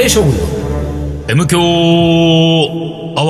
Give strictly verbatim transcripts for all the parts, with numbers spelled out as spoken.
将軍の M 強ア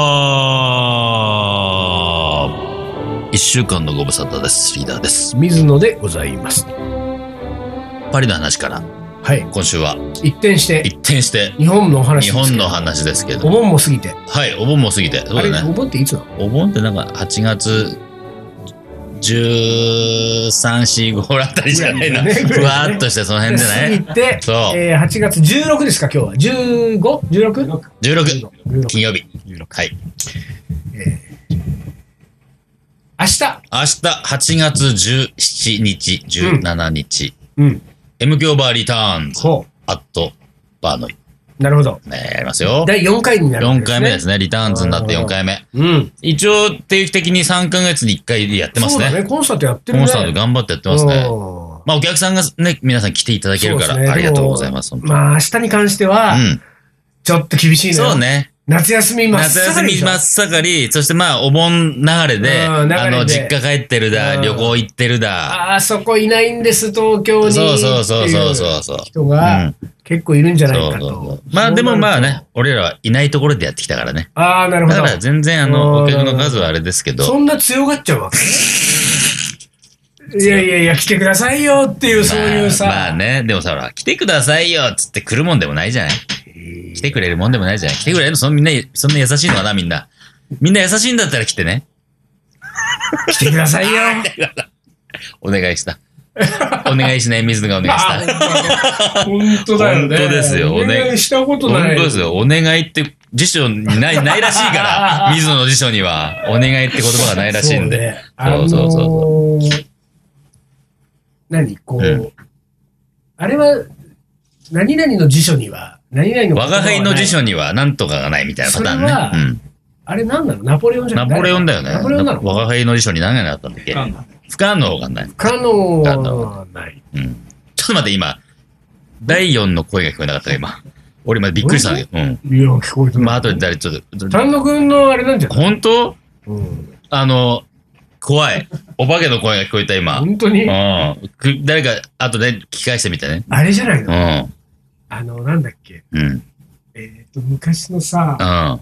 ワー。一週間のご無沙汰です。リーダーです。 水野でございます。 パリの話から、 はい、 今週は一転して一転して日本のお話日本の話ですけど、 お盆も過ぎて、 はい、お盆も過ぎて、そうだね。 あれお盆っていつなの？ お盆ってなんかはちがつじゅうさん、よん、ごあたりじゃないの、ね、ふわーっとしてその辺じゃない？ 過ぎて、そう、えー、はちがつじゅうろくですか、今日は。じゅうご？ じゅうろく？ じゅうろく。金曜日。じゅうろく。はい。 えー、明日。 明日、はちがつじゅうしちにち、じゅうしちにち。 うん。うん、 M 強バーリターンズ。アットバーノイ。 なるほど。 ね、やりますよ。 だいよんかいになるんですね。 よんかいめですね。リターンズになってよんかいめ。 うん。 一応、定期的にさんかげつにいっかいやってますね。 そうだね。コンサートやってるね。 コンサート頑張ってやってますね。まあ、お客さんがね、皆さん来ていただけるから、ね、ありがとうございます。 まあ、明日に関しては、うん、ちょっと厳しいね。 そうね。 夏休み真っ盛り。 夏休み真っ盛り。そしてまあ、お盆流れで、あの、実家帰ってるだ、旅行行ってるだ。 ああ、そこいないんです、東京に。 そうそうそうそうそう。 人が結構いるんじゃないかと。 そうそうそう、まあでもまあね、俺らはいないところでやってきたからね。 ああ、なるほど。 だから全然あの、お客の数はあれですけど。 そんな強がっちゃうわけいやいやいや、来てくださいよっていう、そういうさ。 まあね、でもさ、ほら、来てくださいよっつって来るもんでもないじゃない。来てくれるもんでもないじゃない。来てくれるのそんみんな、そんな優しいのかな、みんな。みんな優しいんだったら来てね。 来てくださいよ。 お願いした。お願いしない、水野がお願いした。 本当だよね。 本当ですよ。 お願いしたことない。 本当ですよ。お願いって辞書にない、ないらしいから。水野の辞書には、お願いって言葉がないらしいんで。そうそうそうそう。 何こう、うん、あれは、何々の辞書には、何々の我が輩の辞書には何とかがないみたいなパターンね。それは、うん、あれ何なの？ナポレオンじゃない？ ナポレオンだよね。 ナポレオンなの？ 我が輩の辞書に何々あったんだっけ？不可能がない。 不可能はない。 うん。ちょっと待って、今、だいよんの声が聞こえなかった今。俺今びっくりしたんだけど。うん。 いや、聞こえてない。 まあ、あとで誰ちょっと。 丹野くんのあれなんじゃない？ 本当？うん。あの、怖い。お化けの声が聞こえた今。 本当に？ うん。誰か、あとで聞き返してみてね。 あれじゃないの？ うん。 あの、なんだっけ？ うん。 えっと、昔のさ、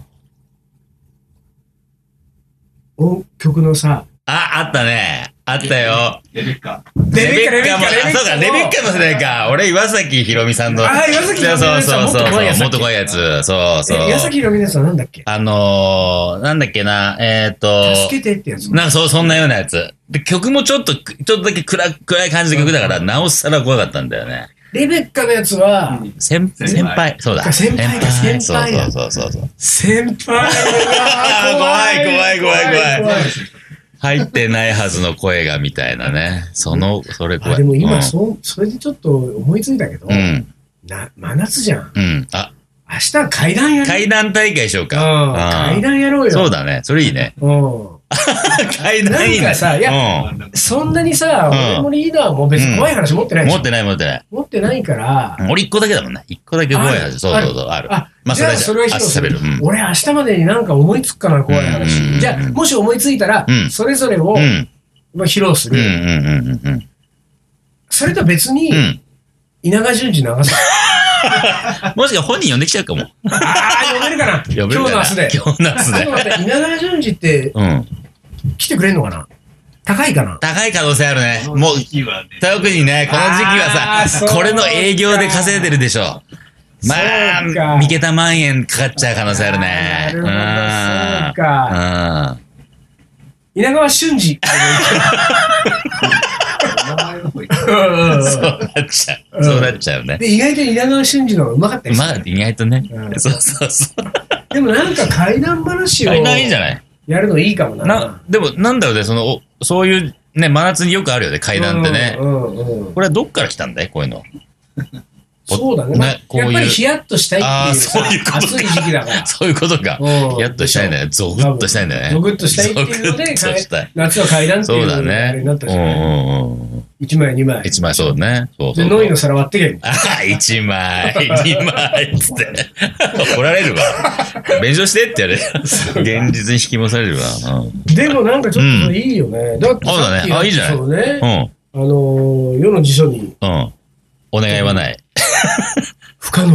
うん。 音曲のさ、 あ、あったね。あったよ。 レベッカ。 レベッカ、レベッカ、 あ、そうか、レベッカの世代か。俺、岩崎ひろみさんの。 あ、岩崎ひろみさん。 そうそうそう。もっと怖いやつ。そうそう。 岩崎ひろみのやつはなんだっけ？ あのー、なんだっけな、えっと。 助けてってやつ。 なんかそう、そんなようなやつ。で、曲もちょっと、ちょっとだけ暗、暗い感じの曲だから、なおさら怖かったんだよね。 レベッカのやつは、 先輩。そうだ。 先輩だ、先輩だ。 そうそうそう。 先輩だ。 怖い、怖い、怖い、怖い。入ってないはずの声がみたいなね。その、それ怖い。 でも今、そ、それでちょっと思いついたけど、な、真夏じゃん。 うん。あ、 明日は階段やる。 階段大会しようか。 階段やろうよ。 そうだね。それいいね。うん。階段いいね。 なんかさ、いや、そんなにさ、俺もリーダーも別に怖い話持ってないし。 持ってない、持ってない。 持ってないから。 俺一個だけだもんね。一個だけ怖い話。そうそうそう、ある。あ、 まあそれは、それは一つ。俺明日までになんか思いつくかな、怖い話。じゃあ、もし思いついたら、それぞれを、まあ披露する。それと別に、稲川淳二流す。 もしか本人呼んできちゃうかも。 ああ、呼べるかな。 呼べるかな。 今日の明日で。 今日の明日で。 ちょっと待って、稲川淳二って、来てくれんのかな？高いかな？ 高い可能性あるね。もう、特にね、この時期はさ、これの営業で稼いでるでしょ。まあ、三桁万円かかっちゃう可能性あるね。 なるほど、そうか。稲川淳二。 そうなっちゃう。そうなっちゃうね。 で、意外と稲川淳二の方がうまかったりする。 まあ、意外とね。そうそうそう。 でもなんか怪談話を。 怪談いいんじゃない？ やるのいいかもな。 な、でもなんだろうね、その、そういうね、真夏によくあるよね、怪談ってね。これはどっから来たんだいこういうの。 そうだね。やっぱりヒヤッとしたいっていうさ、暑い時期だから。 そういうことか。ヒヤッとしたいんだよ。ゾクッとしたいんだよね。 ゾクッとしたいっていうので、夏は怪談っていうそうだね。 一枚二枚。 一枚、そうね。 で、ノイの皿割ってけん。 ああ、一枚、二枚つって。怒られるわ。弁償してってやれ。現実に引き戻されるわ。 でもなんかちょっといいよね。だってそうだね。あ、いいじゃない。 そうね。あの、世の辞書に。 うん。お願いはない。 不可能って 、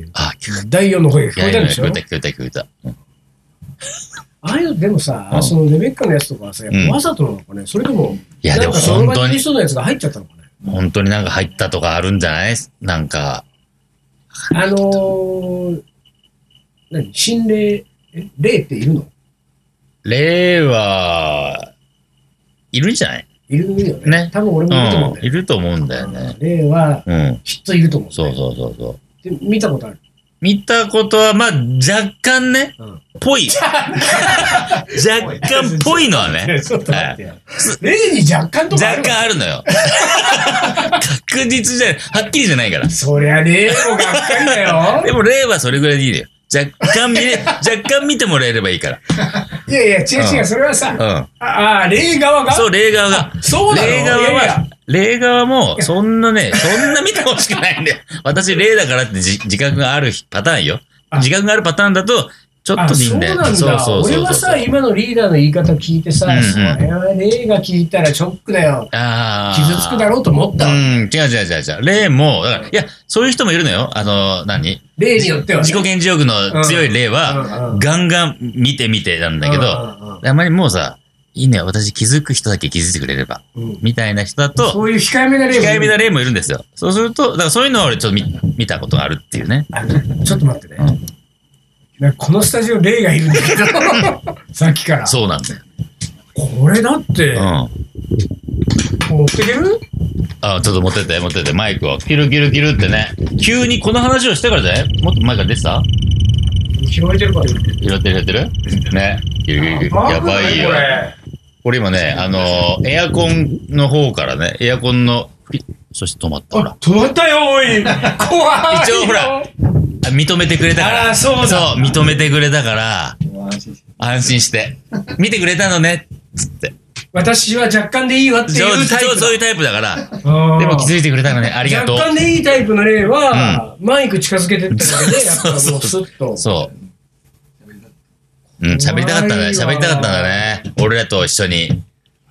だいよんの声が聞こえたんでしょ。 聞こえた聞こえた聞こえた。 ああいうのでもさ、うん、そのレベッカのやつとかはさ、やっぱわざとなのかね、うん、それとも、 いやでもその場に人のやつが入っちゃったのかね。 本当になんか入ったとかあるんじゃない？なんか。 あのー、何心霊、え、霊っているの？ 霊は、いるんじゃない？ いるよね。ね。多分俺もいると思うんだよ、ねうん。いると思うんだよね。 霊は、きっといると思う、ね、 そうそうそうそう。 で、見たことある？ 見たことは、まあ、若干ね、うん、ぽい。若干ぽいのはね。 ちょっと待ってよ。霊に若干とかある？ 若干あるのよ。確実じゃない。はっきりじゃないから。 そりゃ霊もがっかりだよ。 でも霊はそれぐらいでいいのよ。若干見れ、若干見てもらえればいいから。 いやいや、違う違う、うん、それはさ、うん、ああ、霊側がそう、霊側が。 そうなの？ 霊側は、霊側も、そんなね、そんな見てほしくないんだよ。私、霊だからって自覚があるパターンよ。自覚があるパターンだと、ちょっといいんだよ。 そうなんだ。そうそうそうそう。俺はさ、今のリーダーの言い方聞いてさ、うんうん、それは霊が聞いたらショックだよ。あ傷つくだろうと思った。 うん、違う違う違う違う。霊も、だから、いや、そういう人もいるのよ。あの、何霊によっては、ね。 自己顕示欲の強い霊は、うん、ガンガン見て見てなんだけど、うんうん、あまりもうさ、いいね、私気づく人だけ気づいてくれれば、うん、みたいな人だと、 そういう控えめな霊もいる。控えめな霊もいるんですよ。そうすると、だからそういうのを俺ちょっと 見, 見たことがあるっていうね。 ちょっと待ってね。うんこのスタジオ霊がいるんだけどさっきからそうなんだよこれだって、うん、持ってける？ あちょっと持ってって持ってってマイクをキルキルキルってね急にこの話をしてからじゃない？もっと前から出てた？ 拾えてるから拾ってる拾ってるねキルキルキルやばいよこれこれ今ねあのエアコンの方からねエアコンのそして止まったほら止まったよおい怖い一応ほら認めてくれたから。 ああ、そうだ。 そう、認めてくれたから、安心して。見てくれたのね、つって。 私は若干でいいわっていうタイプ。 そう、そういうタイプだから。でも気づいてくれたのね、ありがとう。 若干でいいタイプの例は、うん、マイク近づけてっただけで、やっぱもうスッと。 そう。うん、喋りたかったね。喋りたかったんだね。俺らと一緒に。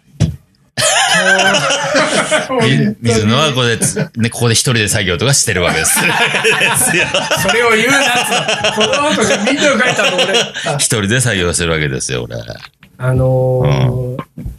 水野はここで、ね、ここで一人で作業とかしてるわけです。それを言うなっつこの後でみんなが書いたの俺。 一人で作業してるわけですよ、俺。 あのー、うん、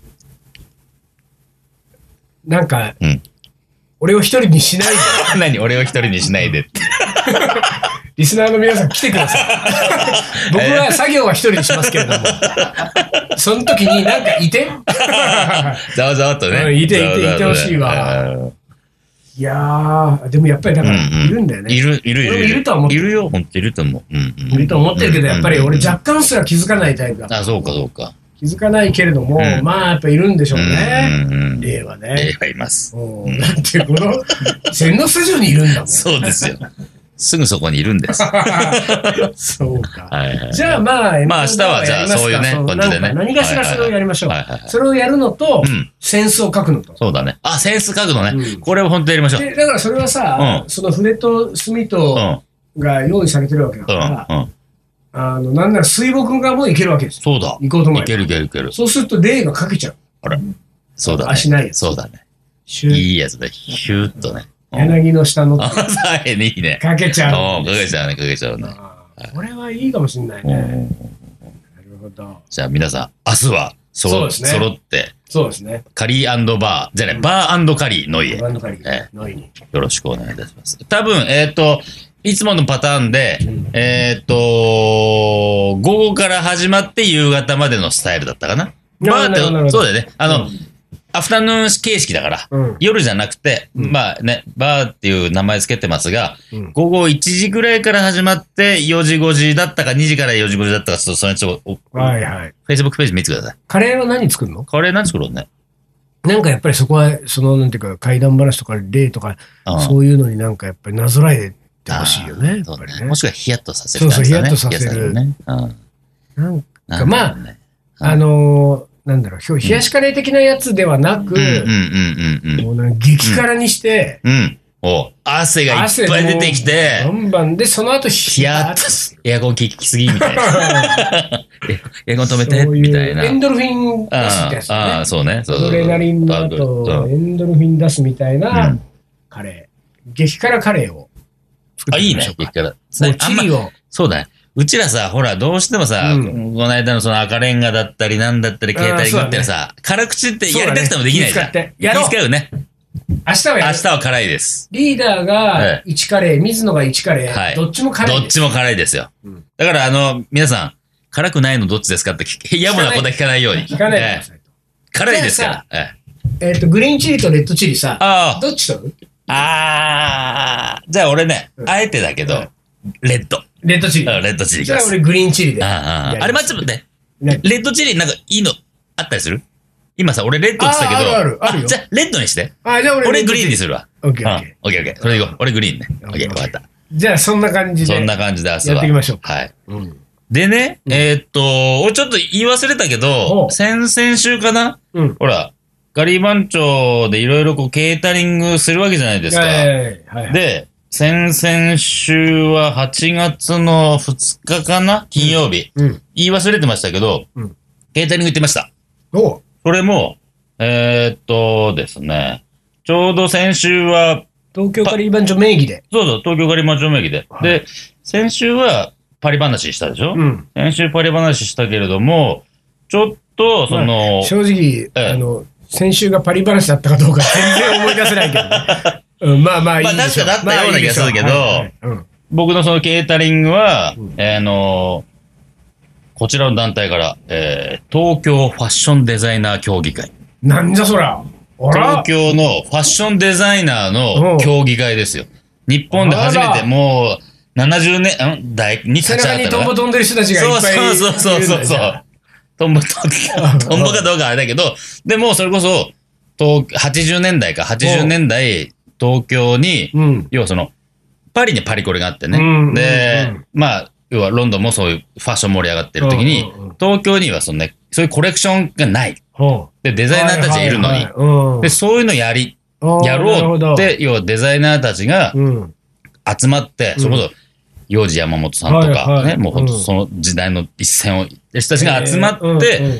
なんか、うん、俺を一人にしないで。 何俺を一人にしないでって。 リスナーの皆さん来てください。僕は作業は一人にしますけれども。その時になんかいてざわざわっとね。 うん、いていていてほしいわ。いやー、でもやっぱりだからいるんだよね。 いる、いる、いる。 いるとは思ってる。 いるよ、ほんといると思う。いると思ってるけど、やっぱり俺若干すら気づかないタイプだから。 あ、そうかそうか。 気づかないけれども、まあやっぱいるんでしょうね。霊はね。 霊はいます。 なんてこの、洗脳スタジオにいるんだもん。 そうですよ。すぐそこにいるんです。 そうか。はいはい、じゃあまあ、 まあ明日はじゃあそういうね、感じでね。 何かしらそれをやりましょう。それをやるのと、うん、センスを書くのと。 そうだね。あ、センス書くのね。うん、これを本当やりましょう。 でだからそれはさ、うん、その筆と墨とが用意されてるわけだから、うんうん、あの、なんなら水墨画もいけるわけですよ。 そうだ。 行こうと思えば。 いけるいけるいける。 そうすると霊が書けちゃう。 あら。そうだね。 足ないやつ。 そうだね。いいやつだ。ヒューッとね。 柳の下の。 あ、さえね、いいね。 かけちゃう。 かけちゃうね、かけちゃうね。 これはいいかもしれないね。なるほど。 じゃあ皆さん、明日は、そうですね。揃って、 そうですね。 カリー&バー、じゃね、バー&カリーの家。 バー&カリーの家に。 よろしくお願いいたします。多分、えっと、いつものパターンで、えっと、午後から始まって夕方までのスタイルだったかな。バーって、そうだよね。あの、アフタヌーン形式だから、うん、夜じゃなくて、うん、まあね、バーっていう名前つけてますが、うん、午後いちじぐらいから始まって、よじごじだったかにじからよじごじだったか、それちょっと、 はいはい。 Facebook ページ見てください。 カレーは何作るの？ カレー何作ろうね。 なんかやっぱりそこは、その、なんていうか、怪談話とか霊とか、うん、そういうのになんかやっぱりなぞらえてほしいよね。やっぱりね。 もしくはヒヤッとさせる、ね。 そうそう、ヒヤッとさせる。ね。うん、なんか、まあ、ね、あのー、なんだろう、冷やしカレー的なやつではなく、激辛にして、 うん。お汗がいっぱい出てきて、 バンバンで、その後、 ヒヤッと、エアコン効きすぎみたいな。エアコン止めて、みたいな。 エンドルフィン出すってやつね。 ああ、そうね。 アドレナリンの後、エンドルフィン出すみたいなカレー。激辛カレーを作ってみましょうか。 あ、いいね、激辛。 もうチリを。 そうだね。うちらさ、ほら、どうしてもさ、うん、この間のその赤レンガだったりなんだったり、ケータリングってさ、ね、辛口ってやりたくてもできないじゃん。ね、 やろう。 気遣うね。 明日はやる。 明日は辛いです。 リーダーがいちカレー、水野がいちカレー、はい、どっちも辛いです。 どっちも辛いですよ。うん、だから、あの、皆さん、辛くないのどっちですかって聞やぼなことは聞かないように。 聞かないでください。 辛いですから。ええっと、グリーンチリとレッドチリさ、あどっち取る？ あー、じゃあ俺ね、あえてだけど、レッド。 レッドチリ。 レッドチリ。 じゃあ俺グリーンチリで。 ああ、あれ待ってね。レッドチリなんかいいのあったりする？今さ、俺レッドって言ったけど。 あるあるあるよ。 じゃあレッドにして。 あ、じゃあ俺俺グリーンにするわ。 オッケーオッケー。 オッケーオッケー。それでいこう。俺グリーンね。オッケー、わかった。 じゃあそんな感じで。 そんな感じで明日は。やっていきましょう。 はい。でね、えっと、俺ちょっと言い忘れたけど、先々週かな？ほら、ガリバン町でいろいろこうケータリングするわけじゃないですか。で、先々週ははちがつのふつかかな金曜日、うん。言い忘れてましたけど、うん、ケータリング行ってました。 おそれも、えー、っとですね、ちょうど先週は、 東京ガリバン町名義で。 そうそう、東京ガリバン町名義で。はい、で、先週はパリ話したでしょ、うん、先週パリ話したけれども、ちょっと、その、 まあ、正直、ええ、あの、先週がパリ話だったかどうか全然思い出せないけどね。うん、まあまあいいでしょ。 まあ確かだったような気がするけど、まあいいはいはいうん、僕のそのケータリングは、うん、えー、あのー、こちらの団体から、えー、東京ファッションデザイナー協議会。 なんじゃそら。 東京のファッションデザイナーの協議会ですよ。日本で初めてもうななじゅうねん代に立ち上がった。 背中にトンボ飛んでる人たちがいっぱいいる。 そうそうそうそう。トンボ、トンボかどうかあれだけど、でもそれこそ、はちじゅうねんだいか、はちじゅうねんだい、東京に、うん、要はその、パリにパリコレがあってね。うん、で、うん、まあ、要はロンドンもそういうファッション盛り上がってる時に、うん、東京にはそのね、そういうコレクションがない。で、デザイナーたちがいるのに、で、そういうのやり、やろうって、要はデザイナーたちが集まって、それこそ、幼児山本さんとかね、はいはい、もう本当その時代の一線を、人たちが集まって、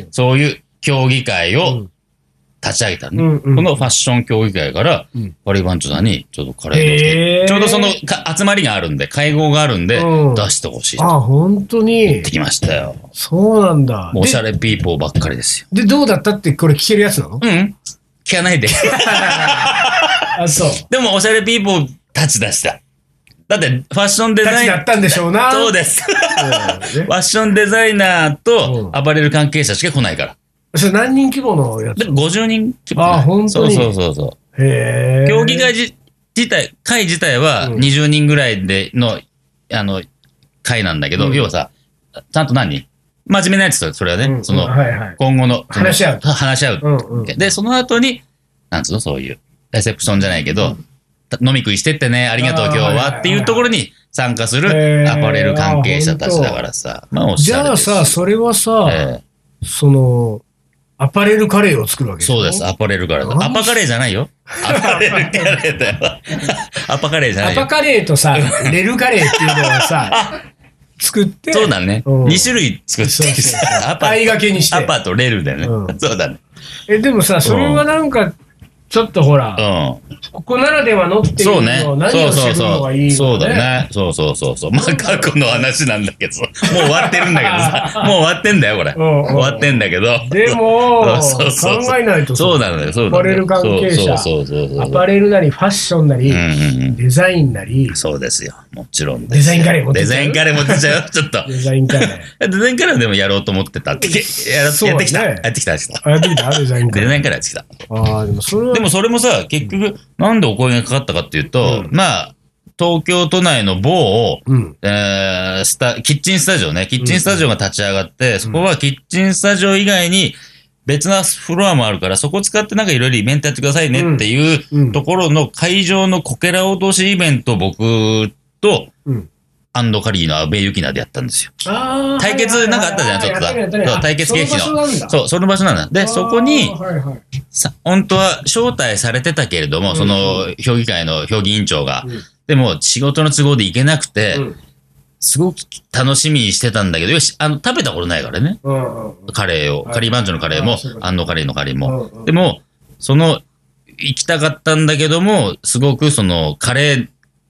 そういう協議会を立ち上げたね。うんうん、このファッション協議会から、パリバンチョさんにちょっとカレーをして、ちょうどその集まりがあるんで、会合があるんで、出してほしいと。 あ、本当に言ってきましたよ。 そうなんだ。 おしゃれピーポーばっかりですよ。 で、どうだったってこれ聞けるやつなの？ うん。聞かないで。 あ、そう。 でもおしゃれピーポーたち出した。だって、ファッションデザイナー。 だったんでしょうな。 そうです。ファッションデザイナーとアパレル関係者しか来ないから。 それ何人規模のやつ？ ごじゅうにん規模。 あ、本当に。 そうそうそう。 へー。 競技会自体、会自体はにじゅうにんぐらいでの、あの、会なんだけど、要はさ、ちゃんと何人真面目なやつと、それはね、その、今後の、 話し合う。 話し合う。で、その後に、なんつうの、そういう、レセプションじゃないけど、飲み食いしてってね、ありがとう今日はっていうところに参加するアパレル関係者たちだからさ。まあおっしゃる。 じゃあさ、それはさ、その、アパレルカレーを作るわけそうです、アパレルカレー。アパカレーじゃないよ。アパレルカレーだよ。アパカレーじゃないよ。 アパカレーとさ、レルカレーっていうのをさ、作って。 そうだね。に種類作ってさ。 アパ掛けにして。 アパとレルだよね。そうだね。 え、でもさ、それはなんか、ちょっとほら、うん、ここならではのっていうのを何をするのがいいのね。 そうだね。そうそうそうそう。まあ過去の話なんだけど、もう終わってるんだけどさ、もう終わってんだよ、これ。終わってんだけど。 でも、考えないとそうなんだよ、そうアパレル関係者、アパレルなりファッションなり、デザインなり。 そうですよ。もちろんデザインカレーもデザインカレーも出ちゃうよ、ちょっと。 デザインカレー。 デザインカレーでもやろうと思ってたって。やってきた。やってきた。やってきた。 やってきたデザインカレー。 デザインカレーやってきた。 ああ、でもそれは。 でもそれもさ、結局、なんでお声がかかったかっていうと、まあ、東京都内の某、えー、スタ、キッチンスタジオね、キッチンスタジオが立ち上がって、そこはキッチンスタジオ以外に別なフロアもあるから、そこ使ってなんかいろいろイベントやってくださいねっていうところの会場のこけら落としイベントを僕と、アンドカリーの阿部ゆきなでやったんですよ。対決なんかあったじゃん、ちょっとさ。対決形式の。そう、その場所なんだ。で、そこに、さ、本当は招待されてたけれども、その評議会の評議委員長が。でも、仕事の都合で行けなくて、すごく楽しみにしてたんだけど、よし、あの、食べたことないからね。カレーを。カリーバンチョのカレーも、アンドカリーのカレーも。でも、その、行きたかったんだけども、すごくその、カレー、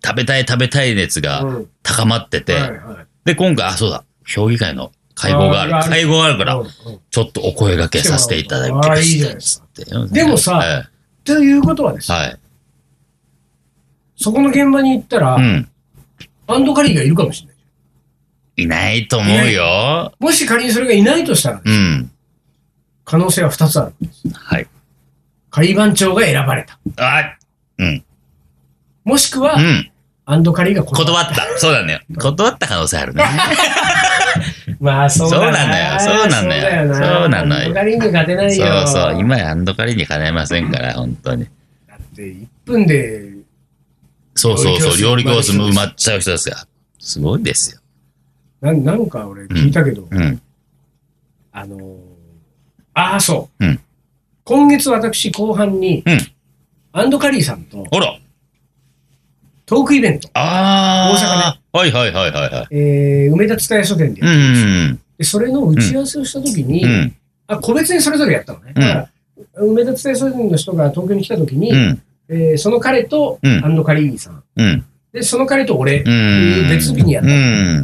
食べたい食べたい熱が高まってて、で、今回、あ、そうだ、評議会の会合がある。会合があるから、ちょっとお声掛けさせていただきました。 でもさ、ということはですね、はい、そこの現場に行ったら、うん、アンドカリーがいるかもしれない。 いないと思うよ。 もし仮にそれがいないとしたら、うん、可能性はふたつあるんです。はい。会番長が選ばれた。あ、うん。もしくは、うん、アンドカリーが断った。断った。そうなんだよ。断った可能性あるね。 まあそうだそうなんだよ。そうなんだよ。そうなのよ。 アンドカリーに勝てないよ。 そうそう。今やアンドカリーに勝てませんから、本当に。 だっていっぷんで、 そうそうそう。料理教室も埋まっちゃう人ですが。すごいですよ。 ななんか俺聞いたけど、うんうん、あのー、ああ、そう、うん。今月私後半に、うん、アンドカリーさんと、 あら。 トークイベント。 ああ。大阪で。はいはいはいはい、はい。 えー、梅田蔦屋書店でやってました、うんうん。で、それの打ち合わせをしたときに、うん、あ、個別にそれぞれやったのね。うん、だから、梅田蔦屋書店の人が東京に来たときに、うん、えー、その彼とアンドカリーさん。うん、で、その彼と俺、別日にやった、うん。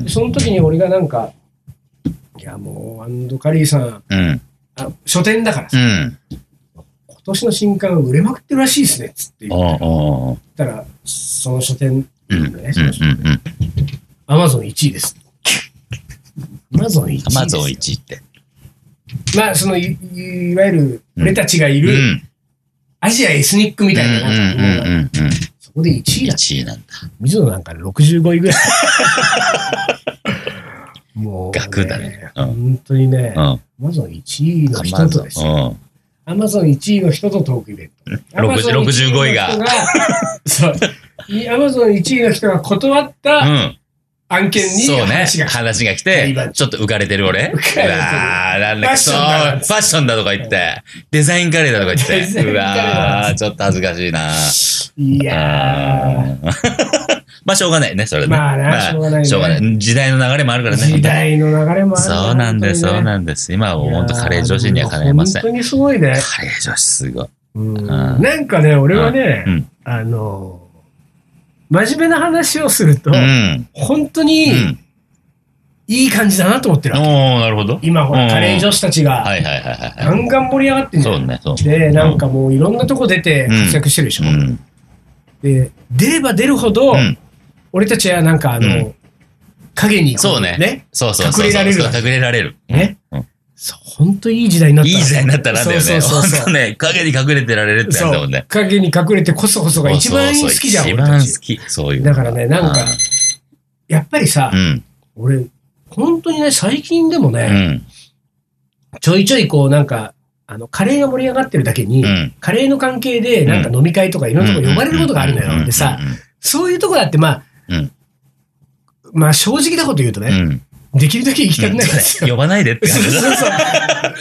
でその時に俺がなんか、いやもう、アンドカリーさん、うん、あ書店だからさ、うん、今年の新刊売れまくってるらしいですね、つって言ったら、その書店、ね、その書店、アマゾンいちいです。アマゾンいちいです。 アマゾンいちいって。 まあ、そのい、いわゆる、俺たちがいる、うん、アジアエスニックみたいな、なんか、そこでいちいだ。いちいなんだ。 水野なんかろくじゅうごいぐらい。もう、ね、 額だね。 うん、本当にね、うん、アマゾンいちいの人とですよ。アマゾンいちいの人とトークイベント。 ろくじゅうごいが。 そう。アマゾンいちいの人が断った案件に話が来て、話が来て、ちょっと浮かれてる俺。うわー、なんだかそう、ファッションだとか言って、デザインカレーだとか言って、うわー、ちょっと恥ずかしいな。 いやー。 まあ、しょうがないね、それね。 まあな、しょうがないね。 しょうがない。時代の流れもあるからね。 時代の流れもある。 そうなんです、そうなんです。今は本当カレー女子にはかないません。 本当にすごいね。 カレー女子すごい。 なんかね、俺はね、あの、真面目な話をすると、本当にいい感じだなと思ってるわけ。 おー、なるほど。 今ほら、カレー女子たちが、ガンガン盛り上がってんじゃん。そうね、そうね。で、なんかもういろんなとこ出て活躍してるでしょ。で、出れば出るほど、俺たちはなんかあの、影にそうね。そうそうそう。 隠れられる。 隠れられる。ね。 そう、ほんといい時代になった。 いい時代になったなんだよね。そうそうそう。ほんとね、影に隠れてられるってなんだもんね。 影に隠れてこそこそが一番好きじゃん。 一番好き。そういう。 だからね、なんか、やっぱりさ、俺、本当にね、最近でもね、ちょいちょいこうなんか、あの、カレーが盛り上がってるだけに、カレーの関係でなんか飲み会とかいろんなとこ呼ばれることがあるのよ。でさ、そういうとこだってまあ、まあ正直なこと言うとね、できるだけ行きたくないんですよ。 呼ばないでって感じ。 そうそう。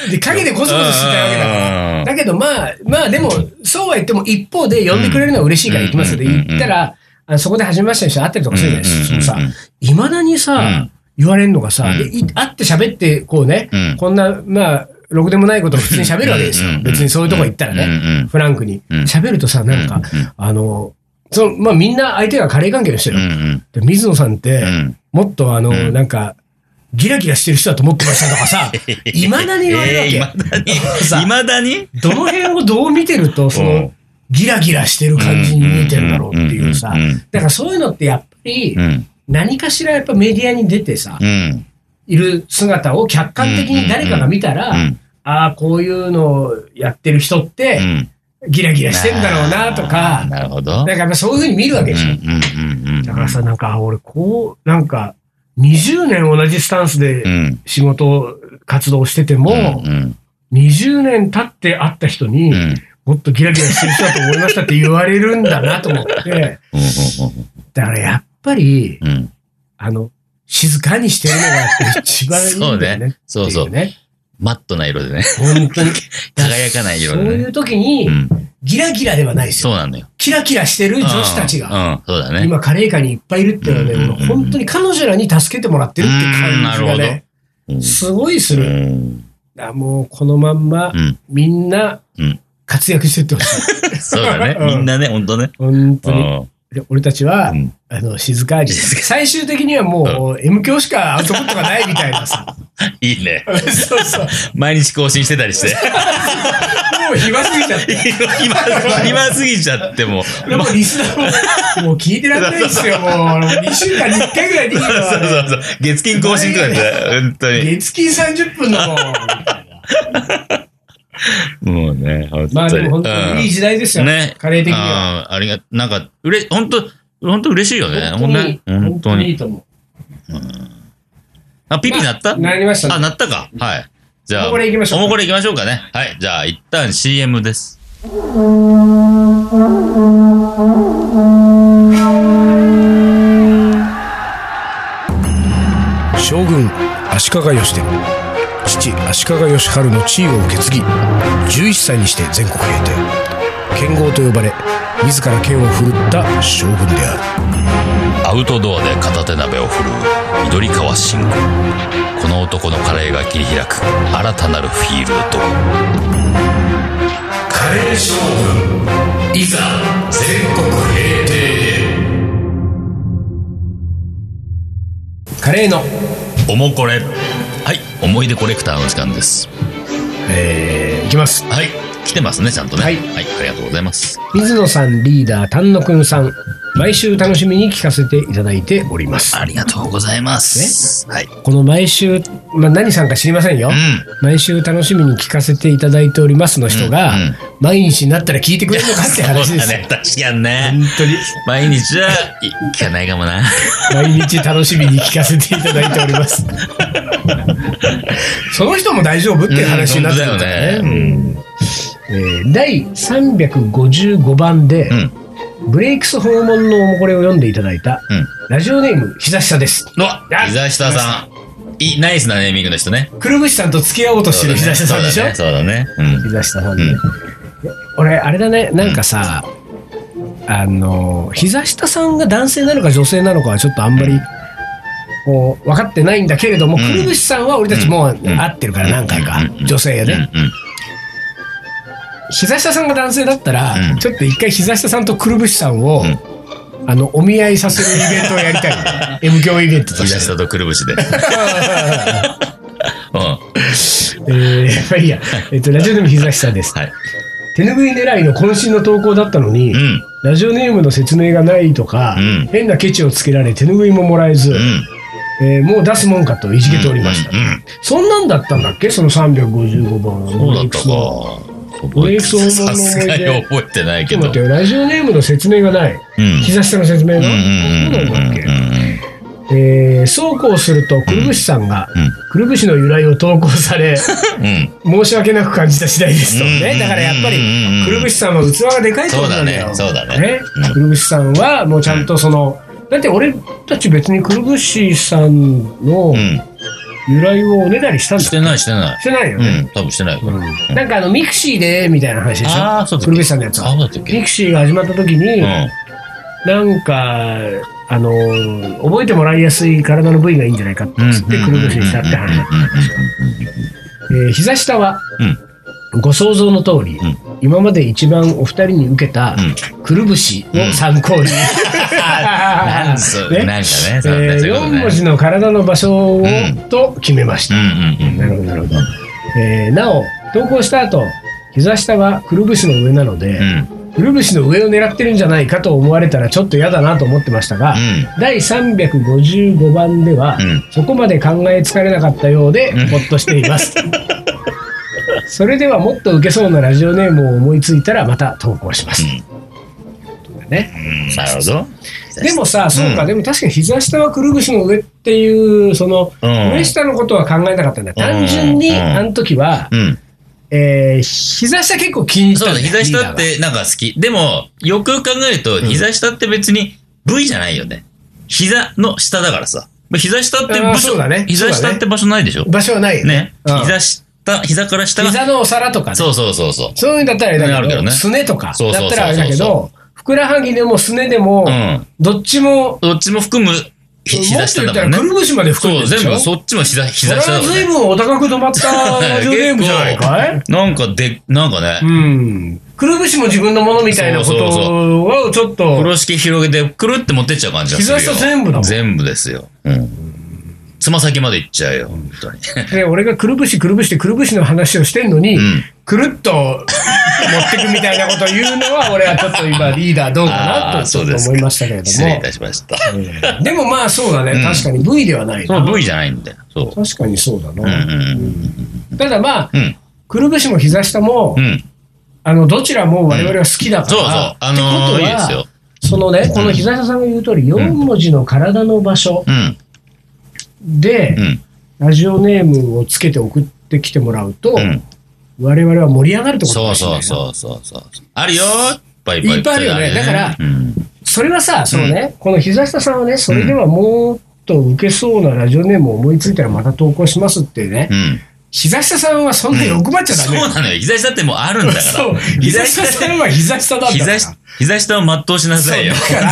で、影でコソコソしてたわけだから。だけどまあ、まあでも、そうは言っても一方で呼んでくれるのは嬉しいから行きますよ。で、行ったら、そこで初めましての人会ってるとかするじゃないですか。そのさ、未だにさ、言われるのがさ、で、会って喋って、こうね、こんな、まあ、ろくでもないことを普通に喋るわけですよ。別にそういうとこ行ったらね、フランクに。喋るとさ、なんか、あの、その、まあみんな相手がカレー関係の人よ。で、水野さんって、もっとあの、なんか、ギラギラしてる人だと思ってましたとかさ、未だに言われるわけ。 未だに未だにどの辺をどう見てると、その、ギラギラしてる感じに見えてるんだろうっていうさ、だからそういうのってやっぱり、何かしらやっぱメディアに出てさ、いる姿を客観的に誰かが見たら、ああ、こういうのをやってる人って、ギラギラしてんだろうなとか、 なるほど。 だからそういうふうに見るわけでしょ。だからさ、なんか、俺こう、なんか、にじゅうねん同じスタンスで仕事、活動してても、にじゅうねん経って会った人に、もっとギラギラしてる人だと思いましたって言われるんだなと思って、だからやっぱり、あの、静かにしてるのがやっぱり一番いいんだよね。 そうそう。マットな色でね。 本当に。 輝かない色でね。 そういう時に、ギラギラではないですよ。 そうなんだよ。 キラキラしてる女子たちが、 うん、そうだね。 今カレー界にいっぱいいるっていうのはね、本当に彼女らに助けてもらってるって感じがね、すごいする。もうこのまんま、みんな活躍してってほしい。 そうだね。みんなね、本当ね。 本当に。 俺たちは、うん、あの、静かに。最終的にはもう、うん、M 響しかアウトプットがないみたいなさ。 いいね。 そうそう。 毎日更新してたりして。 もう暇すぎちゃって。 暇、暇すぎちゃってもう。 でもリスナーも、もう聞いてらんないですよ、もう。にしゅうかんにいっかいぐらいでいいよ。 そうそうそう。月金更新とかで、本当に。 月金さんじゅっぷんだもん。みたいな。 もうね、 まあでも本当にいい時代ですよね。カレー的には。 あありが、なんか、うれ、本当本当嬉しいよね。 本当に。本当にいいと思う。 あ、ピピ鳴った？ 鳴りましたね。 あ、鳴ったか。はい。じゃあ、 おもこれ行きましょう。 おもこれ行きましょうかね。はい。じゃあ、一旦 シーエム です。 将軍、足利義輝。父足利義晴の地位を受け継ぎじゅういっさいにして全国平定、剣豪と呼ばれ自ら剣を振るった将軍である。アウトドアで片手鍋を振るう緑川信吾。この男のカレーが切り開く新たなるフィールド。カレー将軍いざ全国平定へ。 カレーのおもこれ。はい、思い出コレクターの時間です。 えー、いきます。 はい、来てますね、ちゃんとね。 はい、 はい、ありがとうございます。 水野さんリーダー、丹野くんさん、毎週楽しみに聞かせていただいております。 ありがとうございます。ね、はい。 この毎週、まあ、何さんか知りませんよ、うん。毎週楽しみに聞かせていただいておりますの人が、うんうん、毎日になったら聞いてくれるのかって話ですよ。 そうだね、確かにね。 本当に。 毎日はいかないかもな。 毎日楽しみに聞かせていただいております。その人も大丈夫っていう話になってるんだよね。うん、えー、だいさんびゃくごじゅうごばんで、うん、ブレイクス訪問のおもこれを読んでいただいた、うん、ラジオネームひざしたです。 ひざしたさん、いいナイスなネーミングの人ね。 くるぶしさんと付き合おうとしてるひざしたさんでしょ。 そうだね。 ひざしたさんね。俺あれだね、なんかさ、うん、あのひざしたさんが男性なのか女性なのかはちょっとあんまり、うんこう分かってないんだけれども、うん、くるぶしさんは俺たちもう会ってるから何回か、うん、女性やね、うんうん、膝下さんが男性だったら、うん、ちょっと一回膝下さんとくるぶしさんを、うん、あのお見合いさせるイベントをやりたい、ね、M 響イベントとして膝下とくるぶしで、うん、 えー、まあいいや、えっとラジオネーム膝下です、はい、手拭い狙いの渾身の投稿だったのに、うん、ラジオネームの説明がないとか、うん、変なケチをつけられ手拭いももらえず、うんえー、もう出すもんかといじけておりました、うんうん、そんなんだったんだっけ、そのさんびゃくごじゅうごばん。 そうだったか、 ブレイクス訪問の思い出。 さすがに覚えてないけど、 ちょっと待って、ラジオネームの説明がない、うん、膝下の説明が、そうなんだっけ、えー、そうこうするとくるぶしさんが、うん、くるぶしの由来を投稿され、うん、申し訳なく感じた次第ですと、ね、だからやっぱりくるぶしさんは器がでかいってことなんだよ。 そうだね、そうだね、 うん、くるぶしさんはもうちゃんとその、だって俺たち別にくるぶしさんの由来をおねだりしたんだっけ、 してないしてないしてないよね、 うん、多分してない、うん、 なんかあのミクシーでみたいな話でしょ。 ああそうだっけ、 くるぶしさんのやつはミクシーが始まった時に、うん、なんかあのー、覚えてもらいやすい体の部位がいいんじゃないかって言ってくるぶしにしたって話だったんですよ。膝下は、うん、ご想像の通り、うん、今まで一番お二人に受けたくるぶしを参考に、うんねなんかね、 えー、よん文字の体の場所を、うん、と決めました。なるほどなるほど、えー、なお投稿した後膝下はくるぶしの上なので、うんくるぶしの上を狙ってるんじゃないかと思われたらちょっと嫌だなと思ってましたが、うん、だいさんびゃくごじゅうごばんでは、うん、そこまで考えつかれなかったようで、うん、ほっとしていますそれではもっと受けそうなラジオネームを思いついたらまた投稿します、うんねうん、なるほど。 でもさ、そうか、うん、でも確かに膝下はくるぶしの上っていうその、うん、上下のことは考えなかったんだ。単純に、うん、あの時は、うんえー、膝下結構気に入った、 ね、そうだ、膝下ってなんか好き。でも、よく考えると、膝下って別に部位じゃないよね。膝の下だからさ。膝下って場所、ね、膝下って場所ないでしょ。 場所はないよね。 ね。膝下、膝から下が。 膝のお皿とかね。 そうそうそうそう。 そういうんだったらあれだけど、ね、すねとかだったらあれだけど、ふくらはぎでもすねでも、うん、どっちも、 どっちも含む膝下だもんね。 もっと言ったらくるぶしまで含んでるでしょ。 そう、全部そっちも膝下だもんね。 それは随分お高く止まったラジオネームじゃないかい。 なんかで、なんかね。 うん。くるぶしも自分のものみたいなことをちょっと。 風呂敷広げて、くるって持ってっちゃう感じがするよ。 膝下全部だもん。 全部ですよ。うん。つま先まで行っちゃうよ、本当に。 で、俺がくるぶしくるぶしでくるぶしの話をしてんのに、うん、くるっと持ってくみたいなことを言うのは、俺はちょっと今リーダーどうかなとちょっと思いましたけれども。 失礼いたしました。 えー、でもまあそうだね、うん、確かに ブイ ではないな。 そう、ブイ じゃないんだよ。そう。 確かにそうだな。 うんうんうん、ただまあ、うん、くるぶしも膝下も、うん、あの、どちらも我々は好きだから。 うん、そうそう。あのー、いいですよ。 そのね、この膝下さんが言う通り、よん文字の体の場所で、うんうんラジオネームをつけて送ってきてもらうと、うん、我々は盛り上がるってことかもしれないな。 そうそうそうそう。あるよいっぱいいっぱいあるよね。だから、うん、それはさ、そのね、うん、この膝下さんはね、それではもっと受けそうなラジオネームを思いついたらまた投稿しますってね。うん膝下さんはそんなに欲張っちゃダメ、 うん、そうなのよ。膝下ってもうあるんだから。 そう。膝下さんは膝下だったから。 膝下を全うしなさいよ。 だから、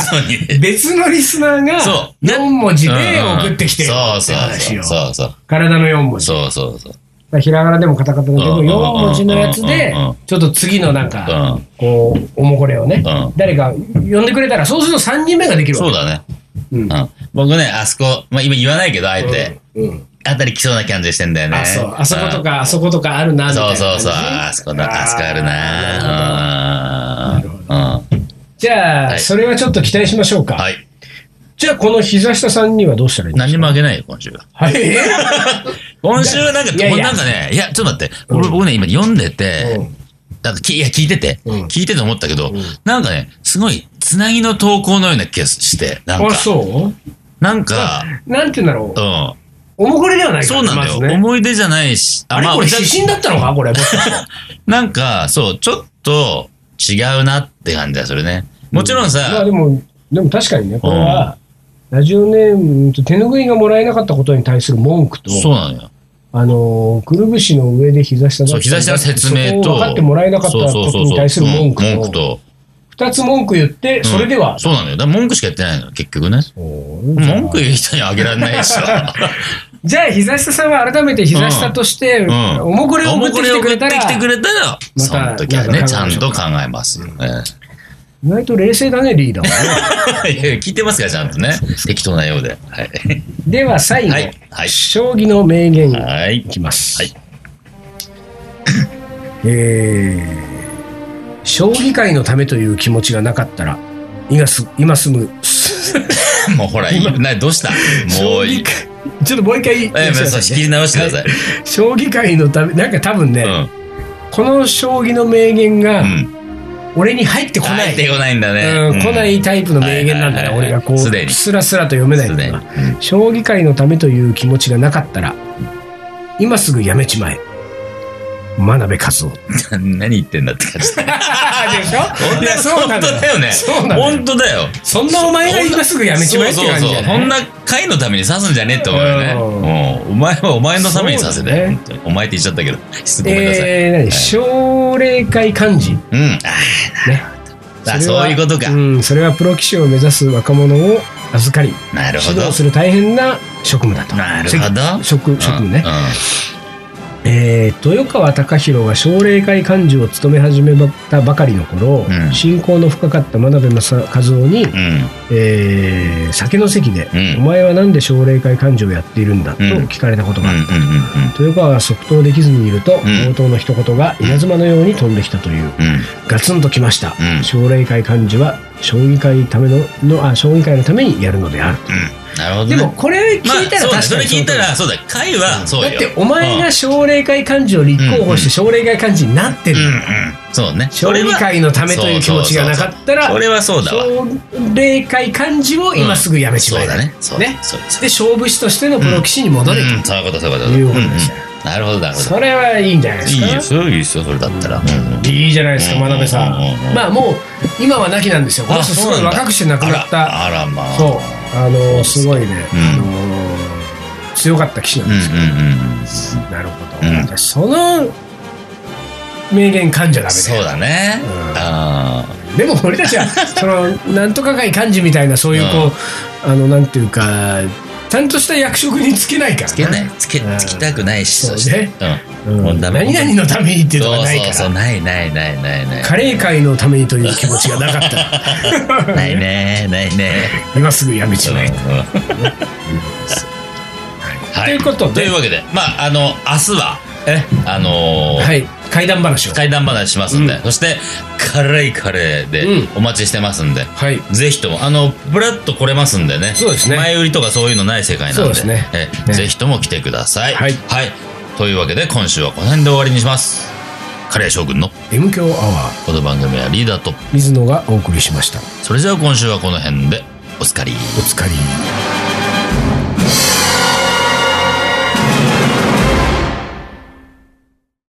別のリスナーがよん文字で送ってきてるって話よ。 そうそう。 体のよん文字。 そうそうそう。 ひらがなでもカタカナでもよん文字のやつで、ちょっと次のなんか、こう、おもこれをね、誰か呼んでくれたら、そうするとさんにんめができるわけ。 そうだね。うん。僕ね、あそこ、まあ今言わないけど、あえて。うんあたり来そうな感じしてんだよね。 あ、そう。あそことか、あそことかあるな、みたいな。 そうそうそう。あそこだ、あそこあるな。なるほど。 じゃあ、それはちょっと期待しましょうか。 はい。 じゃあ、この膝下さんにはどうしたらいいんですか？ 何もあげないよ、今週は。 はい。 今週はなんか、なんかね、いや、ちょっと待って。僕ね、今読んでて、なんかいや、聞いてて、聞いてて思ったけど、なんかね、すごい、つなぎの投稿のような気がして、なんか。 あ、そうなんか、 なんて言うんだろう。 うん。 おもこれではないからね。そうなんだよ。まね、思い出じゃないし。 あ、まあ、これ指針だったのかこれ。 なんか、そう、ちょっと違うなって感じだよ、それね。もちろんさ。 うん、まあでも、でも確かにね、これは、ラジオネームと手拭いがもらえなかったことに対する文句と、 そうなのよ。 あの、くるぶしの上で膝下だった。 そう、膝下の説明と、 分かってもらえなかったことに対する文句と、 文句と、 二つ文句言って、それでは、 うん、そうなのよ。だから文句しか言ってないの、結局ね。文句言う人にあげられないでしょ。 じゃあ、膝下さんは改めて膝下として、うん、おもこれを送ってきてくれたら、 送ってきてくれたら、またその時はね、ちゃんと考えますよ。 意外と冷静だね、リーダーはね。 いや聞いてますから、ちゃんとね。適当なようで。はい、 では、最後、はいはい、将棋の名言いきます。はい、えー将棋界のためという気持ちがなかったら、今す今すぐ。 もうほら、などうしたもういい。 ちょっともう一回言いましょう。仕切り直してください。 将棋界のため、なんか多分ね、うん、この将棋の名言が、うん、俺に入ってこない。 入ってこないんだね。 うん、来ないタイプの名言なんだね。俺がこう、スラスラと読めないんだな。将棋界のためという気持ちがなかったら、今すぐやめちまえ。真鍋和夫。 何言ってんだって感じ。でしょ？ いや、そうなんだよ。 本当だよね。本当だよ。 そんなお前が今すぐやめちまえって感じじゃない？ そんな会のために刺すんじゃねえって思うよね。お前はお前のために刺せて。お前って言っちゃったけど。ごめんなさい。 えー、何？奨励会幹事。 うん。ああ、ね。そういうことか。 うん、それはプロ棋士を目指す若者を預かり、 指導する大変な職務だと。 なるほど。 職務ね。えー、豊川孝弘が奨励会幹事を務め始めたばかりの頃、うん、親交の深かった真鍋和夫に、うんえー、酒の席で、うん、お前はなんで奨励会幹事をやっているんだ、と聞かれたことがあった。豊川は即答できずにいると、冒頭の一言が稲妻のように飛んできたという、うん、ガツンときました。奨励会幹事は将棋会ためののあ将棋会のためにやるのである。 うんなるほどね、 でもこれ聞いたら確かに、まあ、 それ聞いたらそうだ会はそうよ。 だってお前が奨励会幹事を立候補して奨励会幹事になってる、うんうん、 そうね。 奨励会のためという気持ちがなかったらそれはそうだわ。 奨励会幹事を今すぐやめちまえ、うん、そうだね。そうねそうで勝負師としてのプロ棋士に戻れと、 うんうん、そういうことそういうこということですよ、 うんうん、なるほどなるほど。 それはいいんじゃないですか。 いいよそういいですよそれだったら、うん、 いいじゃないですか真鍋さん、うんうんうん、まあもう今は亡きなんですよ。この人すごい若くして亡くなった。 あら、あらまあそうあのすごいね、うんあのー、強かった棋士なんですけど、うんうんうん、なるほど、うん、その名言噛んじゃダメだよ。 そうだね、 うん、あでも俺たちはそのなんとか会幹事みたいなそういうこう、うん、あのなんていうかちゃんとした役職につけないからな。 つけないつけつきたくないし、 そうね、 うんうん、 何々のためにっていうのがないから。 そうそうそうないないないないない。 カレー界のためにという気持ちがなかったらないねないね。 今すぐやめちまえと。ということで、 というわけで、まああの明日はえあのー、 はい怪談話を怪談話しますんで、うん、そして辛いカレーでお待ちしてますんで、うんはい、ぜひともあのブラッと来れますんでね。 そうですね。 前売りとかそういうのない世界なんで、そうですね、えねぜひとも来てください。 はい、 はい、というわけで今週はこの辺で終わりにします。カレー将軍の M 強アワー。 この番組はリーダーと水野がお送りしました。 それじゃあ今週はこの辺でおつかりおつかり。